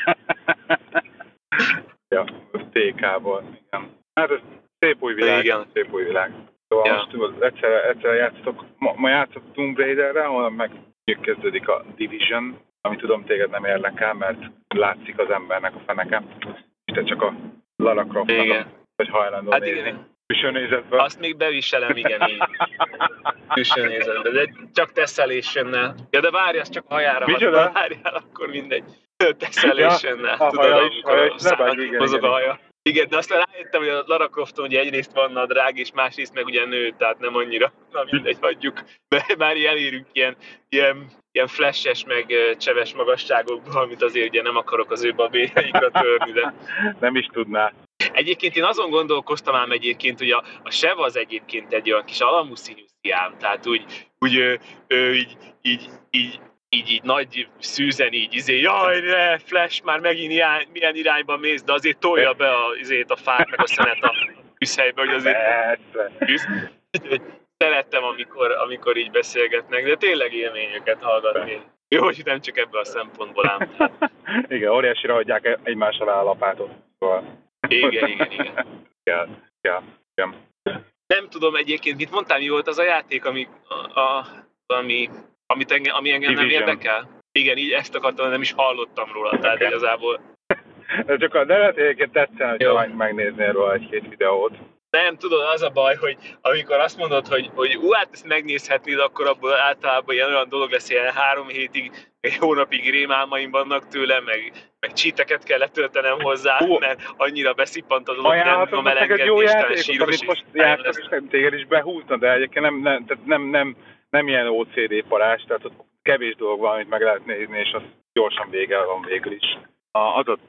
B: Ja, TK-ból, igen. Hát ez szép új világ, igen. Szép új világ. Szóval most tudod, egyszer játszottok, ma játszottok Tomb Raiderre, ahol meg kezdődik a Division, ami tudom téged nem érdekel, mert látszik az embernek a feneke. És te csak a Lara Croftnak vagy hajlandó
C: hát
B: nézni.
C: Igen.
B: Külső nézetben.
C: Azt még beviselem, igen, így. Külső nézetben, de csak tesszelésennel. Ja, de várj, azt csak a hajára várjál, akkor mindegy. Tesszelésennel.
B: Ja,
C: tudod,
B: amikor
C: mozog a haja. Igen, de aztán rájöttem, hogy a Lara Crofton ugye egyrészt van nadrág, és másrészt meg ugye nő, tehát nem annyira, na mindegy, hagyjuk. De már elérünk ilyen flashes, meg cseves magasságokba, amit azért ugye nem akarok az ő babéjaikra törni, de...
B: Nem is tudná.
C: Egyébként én azon gondolkoztam ám egyébként, hogy a Sev az egyébként egy olyan kis alamuszínű sziám, tehát így nagy szűzen jaj, ne, Flash, már megint milyen irányba mész, de azért tolja be a fát, meg a szenet a tűzhelybe, hogy azért szerettem, amikor így beszélgetnek, de tényleg élményeket hallgatni. Jó, hogy nem csak ebből a szempontból ám.
B: Igen, óriásira hagyják egymásra a lapátot. Szóval.
C: Igen.
B: Ja.
C: Nem tudom egyébként, mit mondtál, mi volt az a játék, ami engem nem érdekel? Igen, így ezt akartam, nem is hallottam róla, tehát igazából.
B: De lehet egyébként tetszene, hogy megnéznél róla egy-két videót.
C: Nem, tudod, az a baj, hogy amikor azt mondod, hogy hát ezt megnézhetnéd, akkor abból általában olyan dolog lesz, ilyen 3 hétig, egy hónapig rémálmaim vannak tőle, meg cheateket kell letöltenem hozzá, mert annyira beszippant a dolog,
B: nem melengedni,
C: jó
B: játékot, amit most játszok, és téged is behúzna, de egyébként nem ilyen OCD parás, tehát ott kevés dolog van, amit meg lehet nézni, és az gyorsan vége van végül is. Az a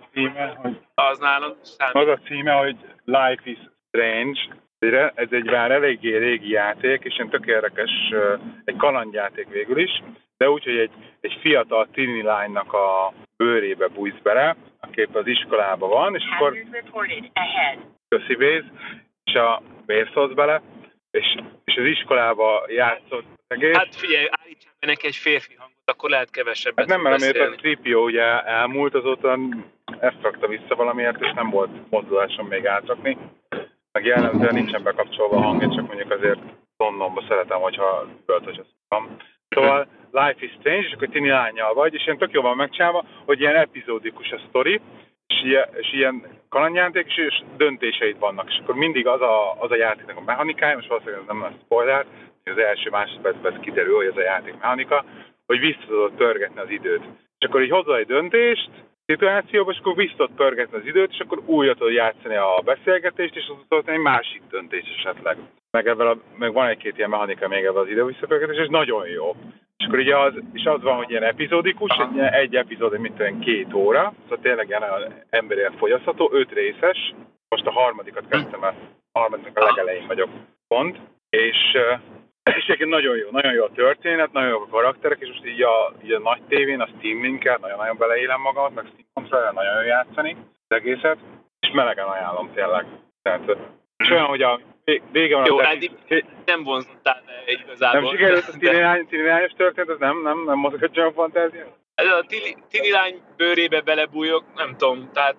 B: címe, hogy Life is Strange. Ez egy már eléggé régi játék, és ilyen tök érdekes, egy kalandjáték végül is, de úgy, hogy egy fiatal tini lánynak a bőrébe bújsz bele, aki éppen az iskolában van, és akkor köszi Béz, és a bérszolsz bele, és az iskolába játszott egész.
C: Hát figyelj, állítsál be neki egy férfi hangot, akkor lehet kevesebbet
B: hát nem, mert a Tripio ugye elmúlt, azóta ezt rakta vissza valamiért, és nem volt mozdulásom még átrakni. Meg jellemzően nincsen bekapcsolva a hangja, csak mondjuk azért Londonban szeretem, hogyha üvöltös azt van. Szóval Life is Strange, és akkor tini lánnyal vagy, és ilyen tök jól van megcsinálva, hogy ilyen epizódikus a sztori, és ilyen kalandjáték, és döntéseid vannak. És akkor mindig az a játéknak a mechanikája, most valószínűleg ez nem lesz spoiler, az első másodpercben kiderül, hogy ez a játék mechanika, hogy vissza tudod pörgetni az időt. És akkor így hozol egy döntést, szituációban, és akkor vissza tudod pörgetni az időt, és akkor újra tudod játszani a beszélgetést, és az tudod egy másik döntés esetleg. Meg van egy-két ilyen mechanika még ebben az idő visszapörgetés, és nagyon jó. És akkor ugye az van, hogy ilyen epizódikus, egy epizód, mint olyan 2 óra, szóval tényleg ilyen emberileg fogyasztható, 5 részes. Most a harmadikat kezdtem el, a harmadiknak a legelején vagyok pont, és egyébként nagyon jó a történet, nagyon jó a karakterek, és most így a nagy tévén, a Steam Link-el nagyon beleélem magamat, meg Steam Controller nagyon jó játszani az egészet, és melegen ajánlom tényleg. Tehát, és olyan, hogy a vége van
C: jó, nem vonzottál igazából.
B: Nem sikerült a tini lányos történet, ez nem mozgatja a fantáziát?
C: A tini lány bőrébe belebújok, nem tudom, tehát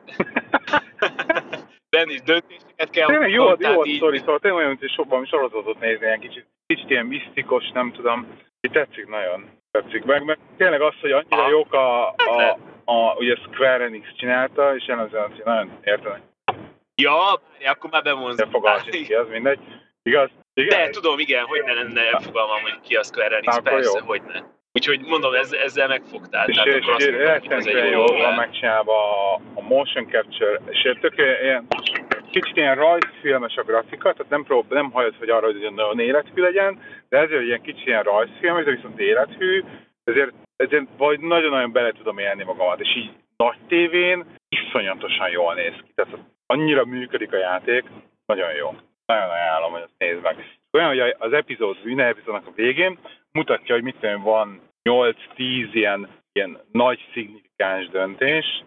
C: benne is döntéseket kell.
B: Tényleg jó a sztori, szóval tényleg olyan, hogy sokban sorozatot nézni, ilyen kicsit ilyen misztikus, nem tudom. Így tetszik nagyon. Tetszik meg tényleg az, hogy annyira jók ugye Square Enix csinálta, és jellemzően nagyon értenek.
C: Ja, akkor már bevonzották.
B: Fogalmas ki, az mindegy. Igaz?
C: De tudom, igen, hogy ne lenne fogalmam, hogy ki a Square Enix, persze, hogy ne. Úgyhogy mondom, ezzel megfogtál.
B: És rettenetesen jól van megcsinálva a motion capture, és kicsit ilyen rajzfilmes a grafika, tehát nem hajod, hogy arra, hogy nagyon élethű legyen, de ezért ilyen kicsit ilyen rajzfilmes, de viszont élethű, ezért vagy nagyon-nagyon bele tudom élni magamat, és így nagy tévén iszonyatosan jól néz ki. Tehát annyira működik a játék, nagyon jó. Nagyon ajánlom, hogy azt nézd meg. Olyan, hogy az minden epizódnak a végén mutatja, hogy mit tudom, van 8-10 ilyen nagy szignifikáns döntés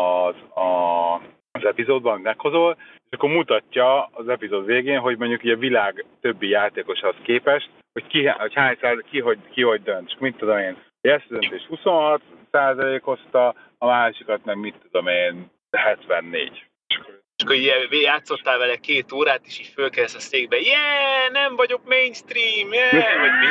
B: az epizódban, amit meghozol, és akkor mutatja az epizód végén, hogy mondjuk a világ többi játékoshoz képest, hogy hányszor, ki hogy dönt. És mit tudom én, hogy ezt a döntés 26% hozta, a másikat meg mit tudom én, 74.
C: És akkor így játszottál vele 2 órát, és így fölkelsz a székbe, nem vagyok mainstream, vagy mi?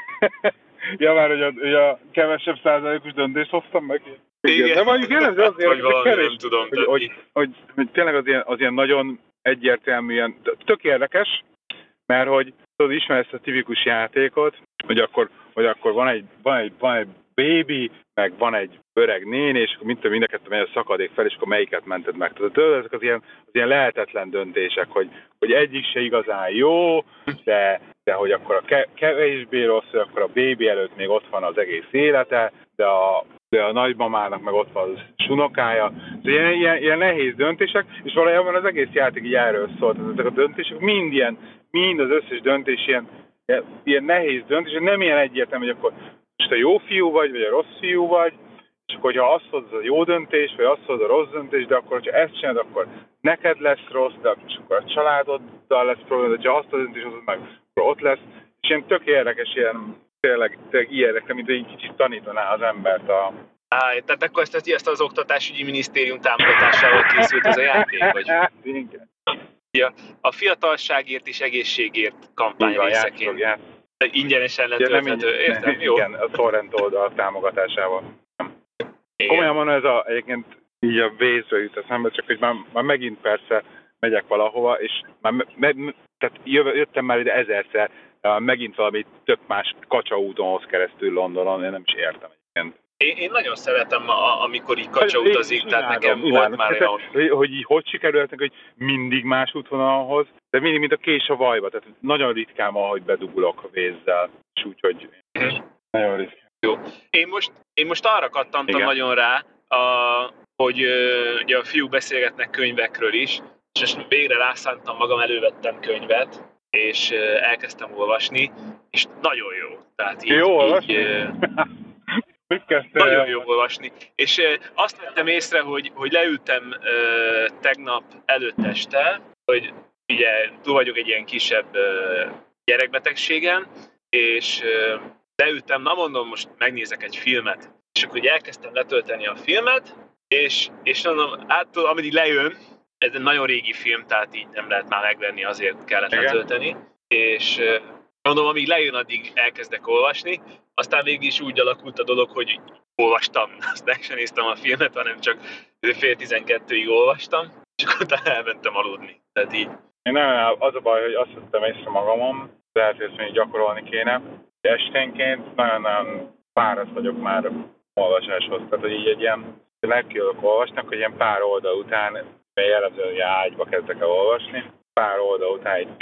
B: Ja, már, hogy a kevesebb százalékos döntést hoztam meg.
C: Igen.
B: De mondjuk jellemző azért,
C: hogy kevés, nem tudom,
B: hogy tényleg az ilyen nagyon egyértelműen, tök érdekes, mert hogy tudod, ismer ezt a tipikus játékot, hogy akkor van egy baby, meg van egy öreg néni, és akkor mind a kettő megy a szakadék fel, és akkor melyiket mented meg. Tudod, ezek az ilyen lehetetlen döntések, hogy egyik se igazán jó, de hogy akkor a kevésbé rossz, hogy akkor a bébi előtt még ott van az egész élete, de a nagymamának meg ott van a unokája. Szóval ilyen nehéz döntések, és valójában az egész játék így erről szólt. Ezek a döntések mind az összes döntés ilyen nehéz döntés, nem ilyen egyértelmű, hogy akkor most a jó fiú vagy a rossz fiú vagy, és akkor, hogyha azt hozod a jó döntés, vagy azt hozod a rossz döntés, de akkor, hogyha ezt csinálod, akkor neked lesz rossz, de akkor a családoddal lesz probléma, de ha azt a döntés hozod meg, akkor ott lesz. És ilyen tök érdekes, tényleg ilyenekre, mint egy kicsit tanítaná az embert a...
C: Tehát akkor ezt az Oktatásügyi Minisztérium támogatásával készült ez a játék, vagy?
B: Igen.
C: Ja, a fiatalságért és egészségért kampány részeként. Ingyenesen letölthető, értem, jó?
B: Igen, a torrent oldal támogatásával. Komolyan mondom, egyébként így a vészre jut eszembe, csak hogy már megint persze megyek valahova, és tehát jöttem már ide 1000-szer, de már megint valami tök más kacsaúton keresztül Londonon, én nem is értem egyébként.
C: Én nagyon szeretem, amikor így kacsautazik, tehát nekem volt már olyan...
B: Hogy sikerülhetnek, hogy mindig más útvonalhoz, de mindig, mint a kés a vajba, tehát nagyon ritkán van, hogy bedugulok a vézzel, és úgyhogy nagyon ritkán.
C: Jó. Én most arra kattantam nagyon rá, hogy ugye a fiúk beszélgetnek könyvekről is, és most végre rászántam magam, elővettem könyvet, és elkezdtem olvasni, és nagyon jó. Tehát így,
B: jó olvasni?
C: Nagyon jó olvasni. És azt vettem észre, hogy leültem tegnap előtt este, hogy ugye túl vagyok egy ilyen kisebb gyerekbetegségen, és leültem, na mondom, most megnézek egy filmet. És akkor ugye elkezdtem letölteni a filmet, és mondom, hát ameddig lejön, ez egy nagyon régi film, tehát így nem lehet már megvenni, azért kellett letölteni. És mondom, amíg lejön, addig elkezdek olvasni. Aztán végig is úgy alakult a dolog, hogy olvastam. Azt meg sem néztem a filmet, hanem csak 11:30-ig olvastam, és akkor utána elmentem aludni. Tehát így.
B: Az a baj, hogy azt vettem észre magamon, lehet, hogy ezt még gyakorolni kéne. Esténként nagyon-nagyon fáradt vagyok már olvasáshoz. Tehát, hogy így egy ilyen legkívülök olvasnak, hogy ilyen pár oldal után, jellemzően, hogy ágyba kezdek el olvasni, pár oldal után így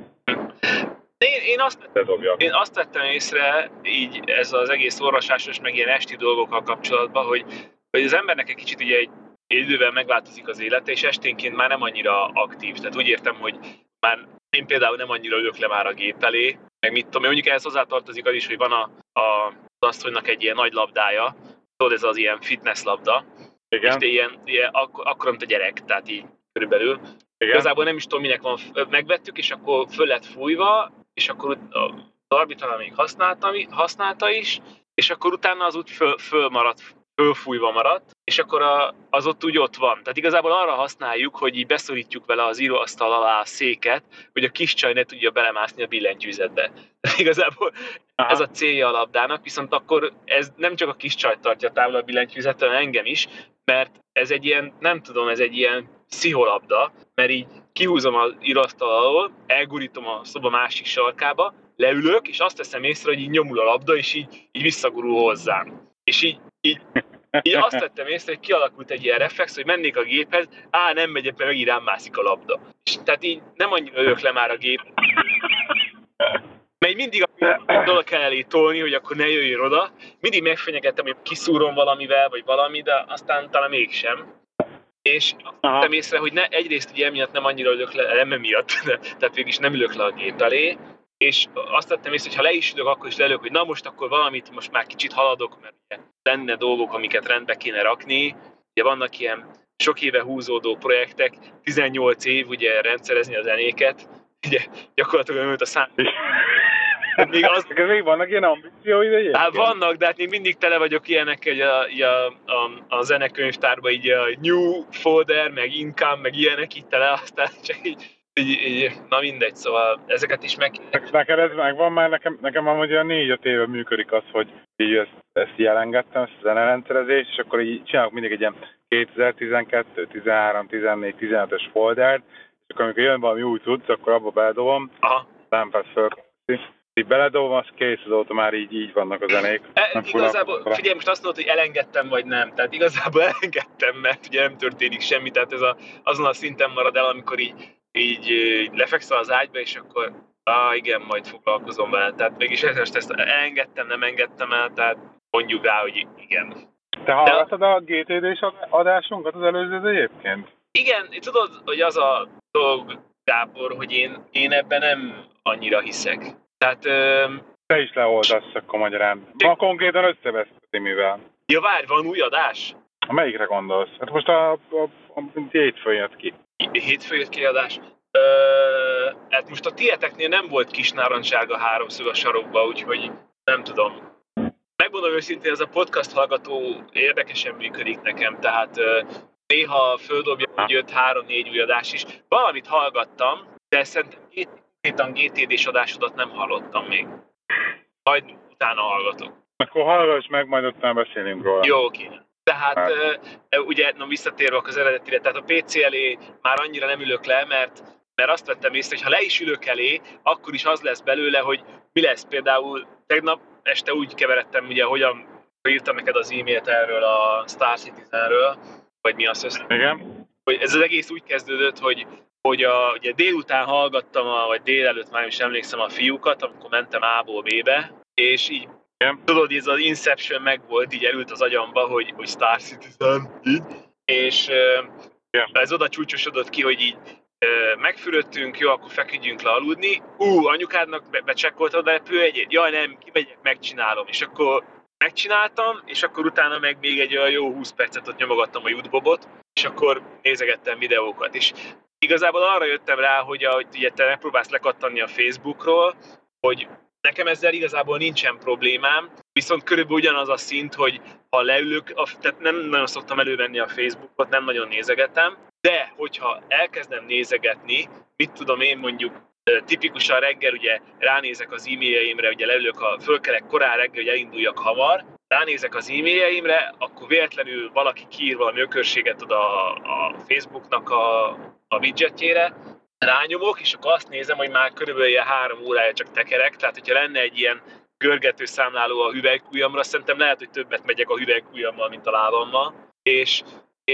C: Én azt vettem észre, így ez az egész olvasásos, meg ilyen esti dolgokkal kapcsolatban, hogy az embernek egy kicsit ugye egy idővel megváltozik az élete, és esténként már nem annyira aktív. Tehát úgy értem, hogy már én például nem annyira ülök le már a gép elé, meg mit tudom, mondjuk ehhez hozzátartozik az is, hogy van az asszonynak egy ilyen nagy labdája, tudod, ez az ilyen fitness labda,
B: igen.
C: és ilyen akkor, mint a gyerek, tehát így körülbelül. Igen. Igazából nem is tudom, minek van, megvettük, és akkor föl lett fújva, és akkor a Darby talán még használta is, és akkor utána az úgy fölfújva maradt, és akkor az ott van. Tehát igazából arra használjuk, hogy így beszorítjuk vele az íróasztal alá a széket, hogy a kis csaj ne tudja belemászni a billentyűzetbe. Tehát igazából ez a célja a labdának, viszont akkor ez nem csak a kis csajt tartja távol a billentyűzettől, hanem engem is, mert ez egy ilyen, nem tudom, ez egy ilyen pszicholabda, mert így kihúzom az íróasztal alól, elgurítom a szoba másik sarkába, leülök, és azt teszem észre, hogy így nyomul a labda, és így visszagurul hozzám. És így azt vettem észre, hogy kialakult egy ilyen reflex, hogy mennék a géphez, nem megyek, mert megint rám mászik a labda. És tehát így nem annyira ülök le már a gép. Mert mindig oda kell elé tolni, hogy akkor ne jöjjön oda. Mindig megfenyegettem, hogy kiszúrom valamivel, vagy valami, de aztán talán mégsem. És azt vettem észre, hogy egyrészt ugye emiatt nem annyira ülök le, nem emiatt, tehát végig is nem ülök le a gép elé, és azt vettem észre, hogy ha le is ülök, akkor is lelök, hogy na most akkor valamit most már kicsit haladok, mert ugye lenne dolgok, amiket rendbe kéne rakni. Ugye vannak ilyen sok éve húzódó projektek, 18 év ugye rendszerezni a zenéket, ugye gyakorlatilag ömölt a szám.
B: Még vannak ilyen ambícióid egyébként?
C: Hát vannak, de hát még mindig tele vagyok ilyenek, hogy a zenekönyvtárban így a new folder, meg income, meg ilyenek itt tele, aztán csak így, na mindegy, szóval ezeket is meg...
B: Neked ez megvan már, nekem már ugye 4-5 éve működik az, hogy így ezt jelengedtem, ezt a zenerendszerezést, és akkor így csinálok mindig egy ilyen 2012, 13, 14, 15-ös foldert, és akkor amikor jön valami új tudsz, akkor abba beledobom, nem persze így beledobom, az kész, azóta már így vannak a zenék.
C: Igazából, figyelj, most azt mondod, hogy elengedtem, vagy nem. Tehát igazából elengedtem, mert ugye nem történik semmi, tehát ez azon a szinten marad el, amikor így lefekszel az ágyba, és akkor igen, majd foglalkozom vele. Tehát mégis ezt elengedtem, nem engedtem el, tehát mondjuk rá, hogy igen.
B: Te hallgattad a GTD-s adásunkat az előzőt egyébként?
C: Igen, tudod, hogy az a dolog, Gábor, hogy én ebben nem annyira hiszek. Tehát...
B: Te is leoldasz akkor magyarán. Ma konkrétan összeveszteti mivel.
C: Ja, várj, van új adás?
B: Melyikre gondolsz? Hát most a hétfőn jött ki.
C: Hétfőn jött ki adás? Hát most a tieteknél nem volt kis narancssárga háromszög a sarokba, úgyhogy nem tudom. Megmondom őszintén, ez a podcast hallgató érdekesen működik nekem, tehát néha földobja, hogy jött 3-4 új adás is. Valamit hallgattam, de szerintem konkrétan GTD-s adásodat nem hallottam még. Majd utána hallgatok.
B: Akkor hallgass meg, majd utána beszélünk róla.
C: Jó, oké. Tehát ugye, visszatérve az eredetire, tehát a PC elé már annyira nem ülök le, mert azt vettem észre, hogy ha le is ülök elé, akkor is az lesz belőle, hogy mi lesz. Például tegnap este úgy keveredtem, ugye, hogyan írtam neked az e-mailt erről a Star Citizenről, vagy mi az
B: igen.
C: Hogy ez az egész úgy kezdődött, hogy ugye délután hallgattam, vagy délelőtt már is emlékszem a fiúkat, amikor mentem A-ból B-be, és így
B: Igen.
C: Tudod, ez az Inception megvolt, így elült az agyamba, hogy Star Citizen, így. És ez oda csúcsosodott ki, hogy így megfürödtünk, jó, akkor feküdjünk le aludni. Anyukádnak becsekkoltad a repülőjegyét? Jaj, nem, kimegyek, megcsinálom. És akkor megcsináltam, és akkor utána meg még egy olyan jó 20 percet ott nyomogattam a YouTubot, és akkor nézegettem videókat. És igazából arra jöttem rá, hogy ugye te megpróbálsz lekattanni a Facebookról, hogy nekem ezzel igazából nincsen problémám, viszont körülbelül ugyanaz a szint, hogy ha leülök, tehát nem nagyon szoktam elővenni a Facebookot, nem nagyon nézegetem, de hogyha elkezdem nézegetni, mit tudom én mondjuk, tipikusan reggel ugye ránézek az e-mailjeimre, ugye leülök, fölkelek korán reggel, hogy elinduljak hamar, ránézek az e-mailjeimre, akkor véletlenül valaki kiír valami ökörséget oda a Facebooknak a widgetjére, rányomok, és akkor azt nézem, hogy már körülbelül ilyen 3 órája csak tekerek, tehát hogyha lenne egy ilyen görgető számláló a hüvelykujjamra, szerintem lehet, hogy többet megyek a hüvelykujjammal, mint a lábammal, és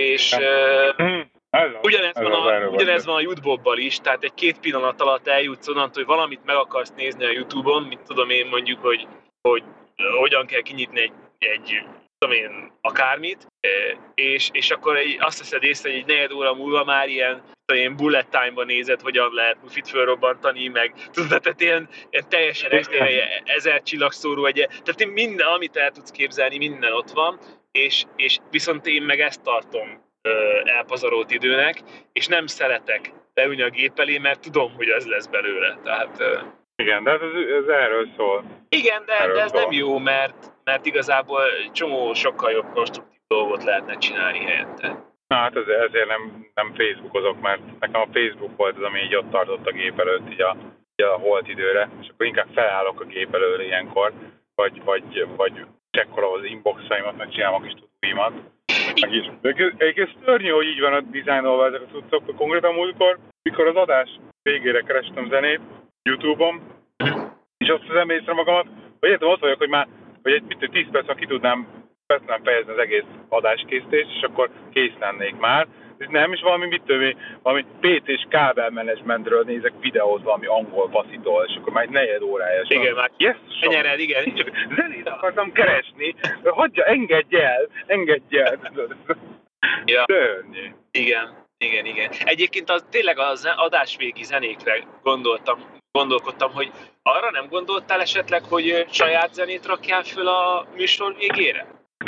C: ugyanez van a YouTube-bal is, tehát egy 2 pillanat alatt eljutsz onnantól, hogy valamit meg akarsz nézni a YouTube-on, mint tudom én mondjuk, hogy hogyan kell kinyitni egy tudom én, akármit, és akkor azt veszed észre, hogy egy 4 óra múlva már ilyen bullet time-ban nézed, hogyan lehet Buffy-t fölrobbantani, meg tudod, tehát ilyen teljesen extra 1000 csillagszóró tehát minden, amit el tudsz képzelni, minden ott van, és viszont én meg ezt tartom elpazarolt időnek, és nem szeretek leülni a gép elé, mert tudom, hogy ez lesz belőle, tehát...
B: Igen, de ez erről szól.
C: Igen, de ez nem jó, mert igazából csomó sokkal jobb konstruktív dolgot lehetne csinálni helyette.
B: Na hát ezért nem Facebookozok, mert nekem a Facebook volt az, ami így ott tartott a gép előtt, így a holt időre, és akkor inkább felállok a gép előre ilyenkor, vagy csekkolom az inboxaimat, meg csinálom a kis tuduimat. Ez szörnyű, hogy így van a dizájnolva ezek a cuccok. Konkrétan múltkor, mikor az adás végére kerestem zenét YouTube-on, és azt veszem észre magamat, hogy értem, ott vagyok, hogy egy 10 perc, ki tudnám fejezni az egész adáskészítést, és akkor kész lennék már. És nem is valami PC-s kábelmenedzsmentről nézek videót valami angol faszitól, és akkor már egy 4 órája.
C: Igen, már nyered, igen.
B: Csak zenét akartam keresni, engedj el.
C: Ja.
B: Szörnyű.
C: Igen. Egyébként tényleg az adásvégi zenékre gondolkodtam, hogy arra nem gondoltál esetleg, hogy saját zenét rakjál föl a műsor végére?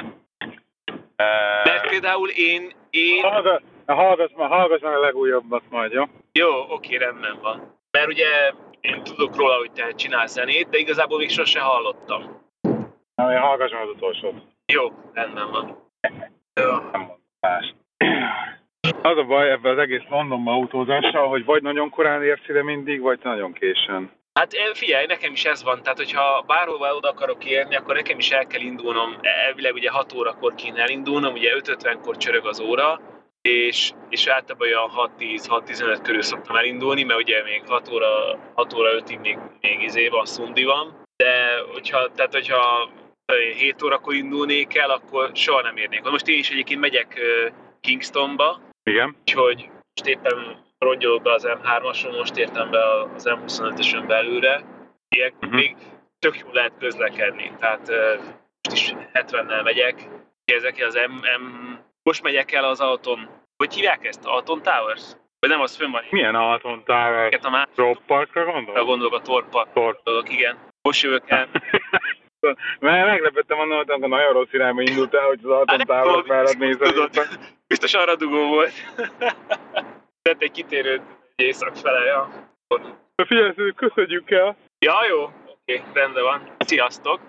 C: Mert például én...
B: Hallgass már a legújabbat majd, jó?
C: Jó, oké, rendben van. Mert ugye én tudok róla, hogy te csinálsz zenét, de igazából még sose hallottam.
B: Na, hallgass már az utolsót.
C: Jó, rendben van.
B: Jó. Nem mondom más. Az a baj ebben az egész Londonban autózással, hogy vagy nagyon korán érsz ide mindig, vagy nagyon későn.
C: Hát figyelj, nekem is ez van, tehát hogyha bárhova oda akarok érni, akkor nekem is el kell indulnom, elvileg ugye 6 órakor kéne elindulnom, ugye 5:50-kor csörög az óra, és általában olyan 6:10-6:15 körül szoktam elindulni, mert ugye még 6 óra 5-ig még van, szundi van, de hogyha 7 órakor indulnék el, akkor soha nem érnék. Most én is egyébként megyek Kingstonba,
B: igen.
C: Úgyhogy most éppen rongyolok be az M3-ason, most értem be az M25-ösön belőle. Ilyen még tök jól lehet közlekedni, tehát most is 70-nel megyek. Ezek az most megyek el az Alton. Hogy hívják ezt? Alton Towers? Vagy nem, az fönn van.
B: Milyen Alton Towers? Thorpe Parkra gondolok?
C: Gondolok a Thorpe Parkra, igen. Most jövök el.
B: Mert meglepettem annak, hogy nagyon rossz irányba indultál, hogy az Alton Towers mellett nézem.
C: Biztos arra dugó volt. Tett egy kitérőt éjszak fele, ja.
B: Figyelj, köszönjük el!
C: Ja, jó. Oké, rendben van. Sziasztok!